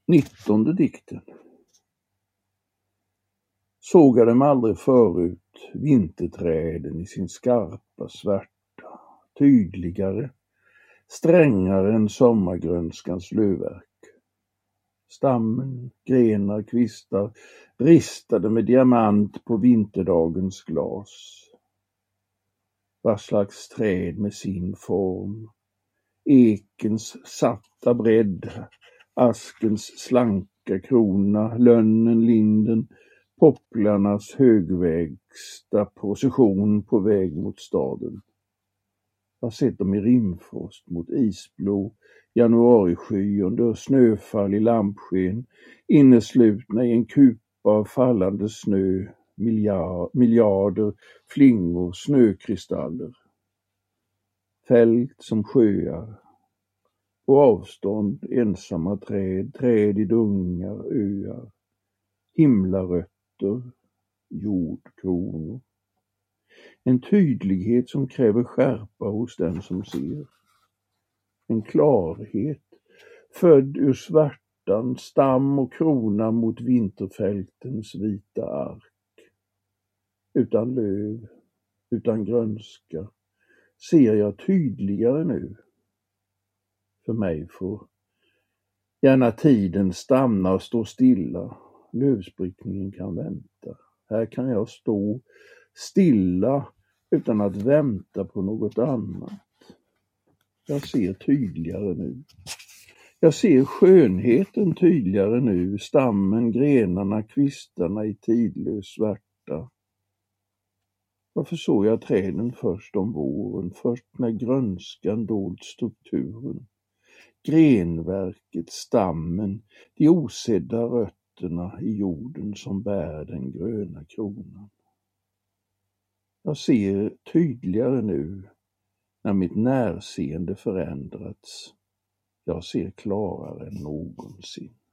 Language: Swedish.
19:e dikten. Såg jag dem aldrig förut, vinterträden i sin skarpa svärta, tydligare, strängare än sommargrönskans lövverk. Stammen, grenar, kvistar, ristade med diamant på vinterdagens glas. Vad slags träd med sin form, ekens satta bredd, askens slanka krona, lönnen, linden, popplarnas högväxta procession på väg mot staden. Jag sett dem i rimfrost mot isblå januarisky under snöfall i lampsken, inneslutna i en kupa av fallande snö, miljarder flingor, snökristaller. Fält som sjöar, på avstånd ensamma träd i dungar, öar, himlarötter, jordkronor. En tydlighet som kräver skärpa hos den som ser. En klarhet, född ur svärtan, stam och krona mot vinterfältens vita ark. Utan löv, utan grönska, ser jag tydligare nu. För mig får gärna tiden stanna och stå stilla. Lövsprickningen kan vänta. Här kan jag stå stilla utan att vänta på något annat. Jag ser tydligare nu. Jag ser skönheten tydligare nu. Stammen, grenarna, kvistarna i tidlös svärta. Varför såg jag träden först om våren, först när grönskan dolt strukturen? Grenverket, stammen, de osedda rötterna i jorden som bär den gröna kronan. Jag ser tydligare nu när mitt närseende förändrats. Jag ser klarare än någonsin.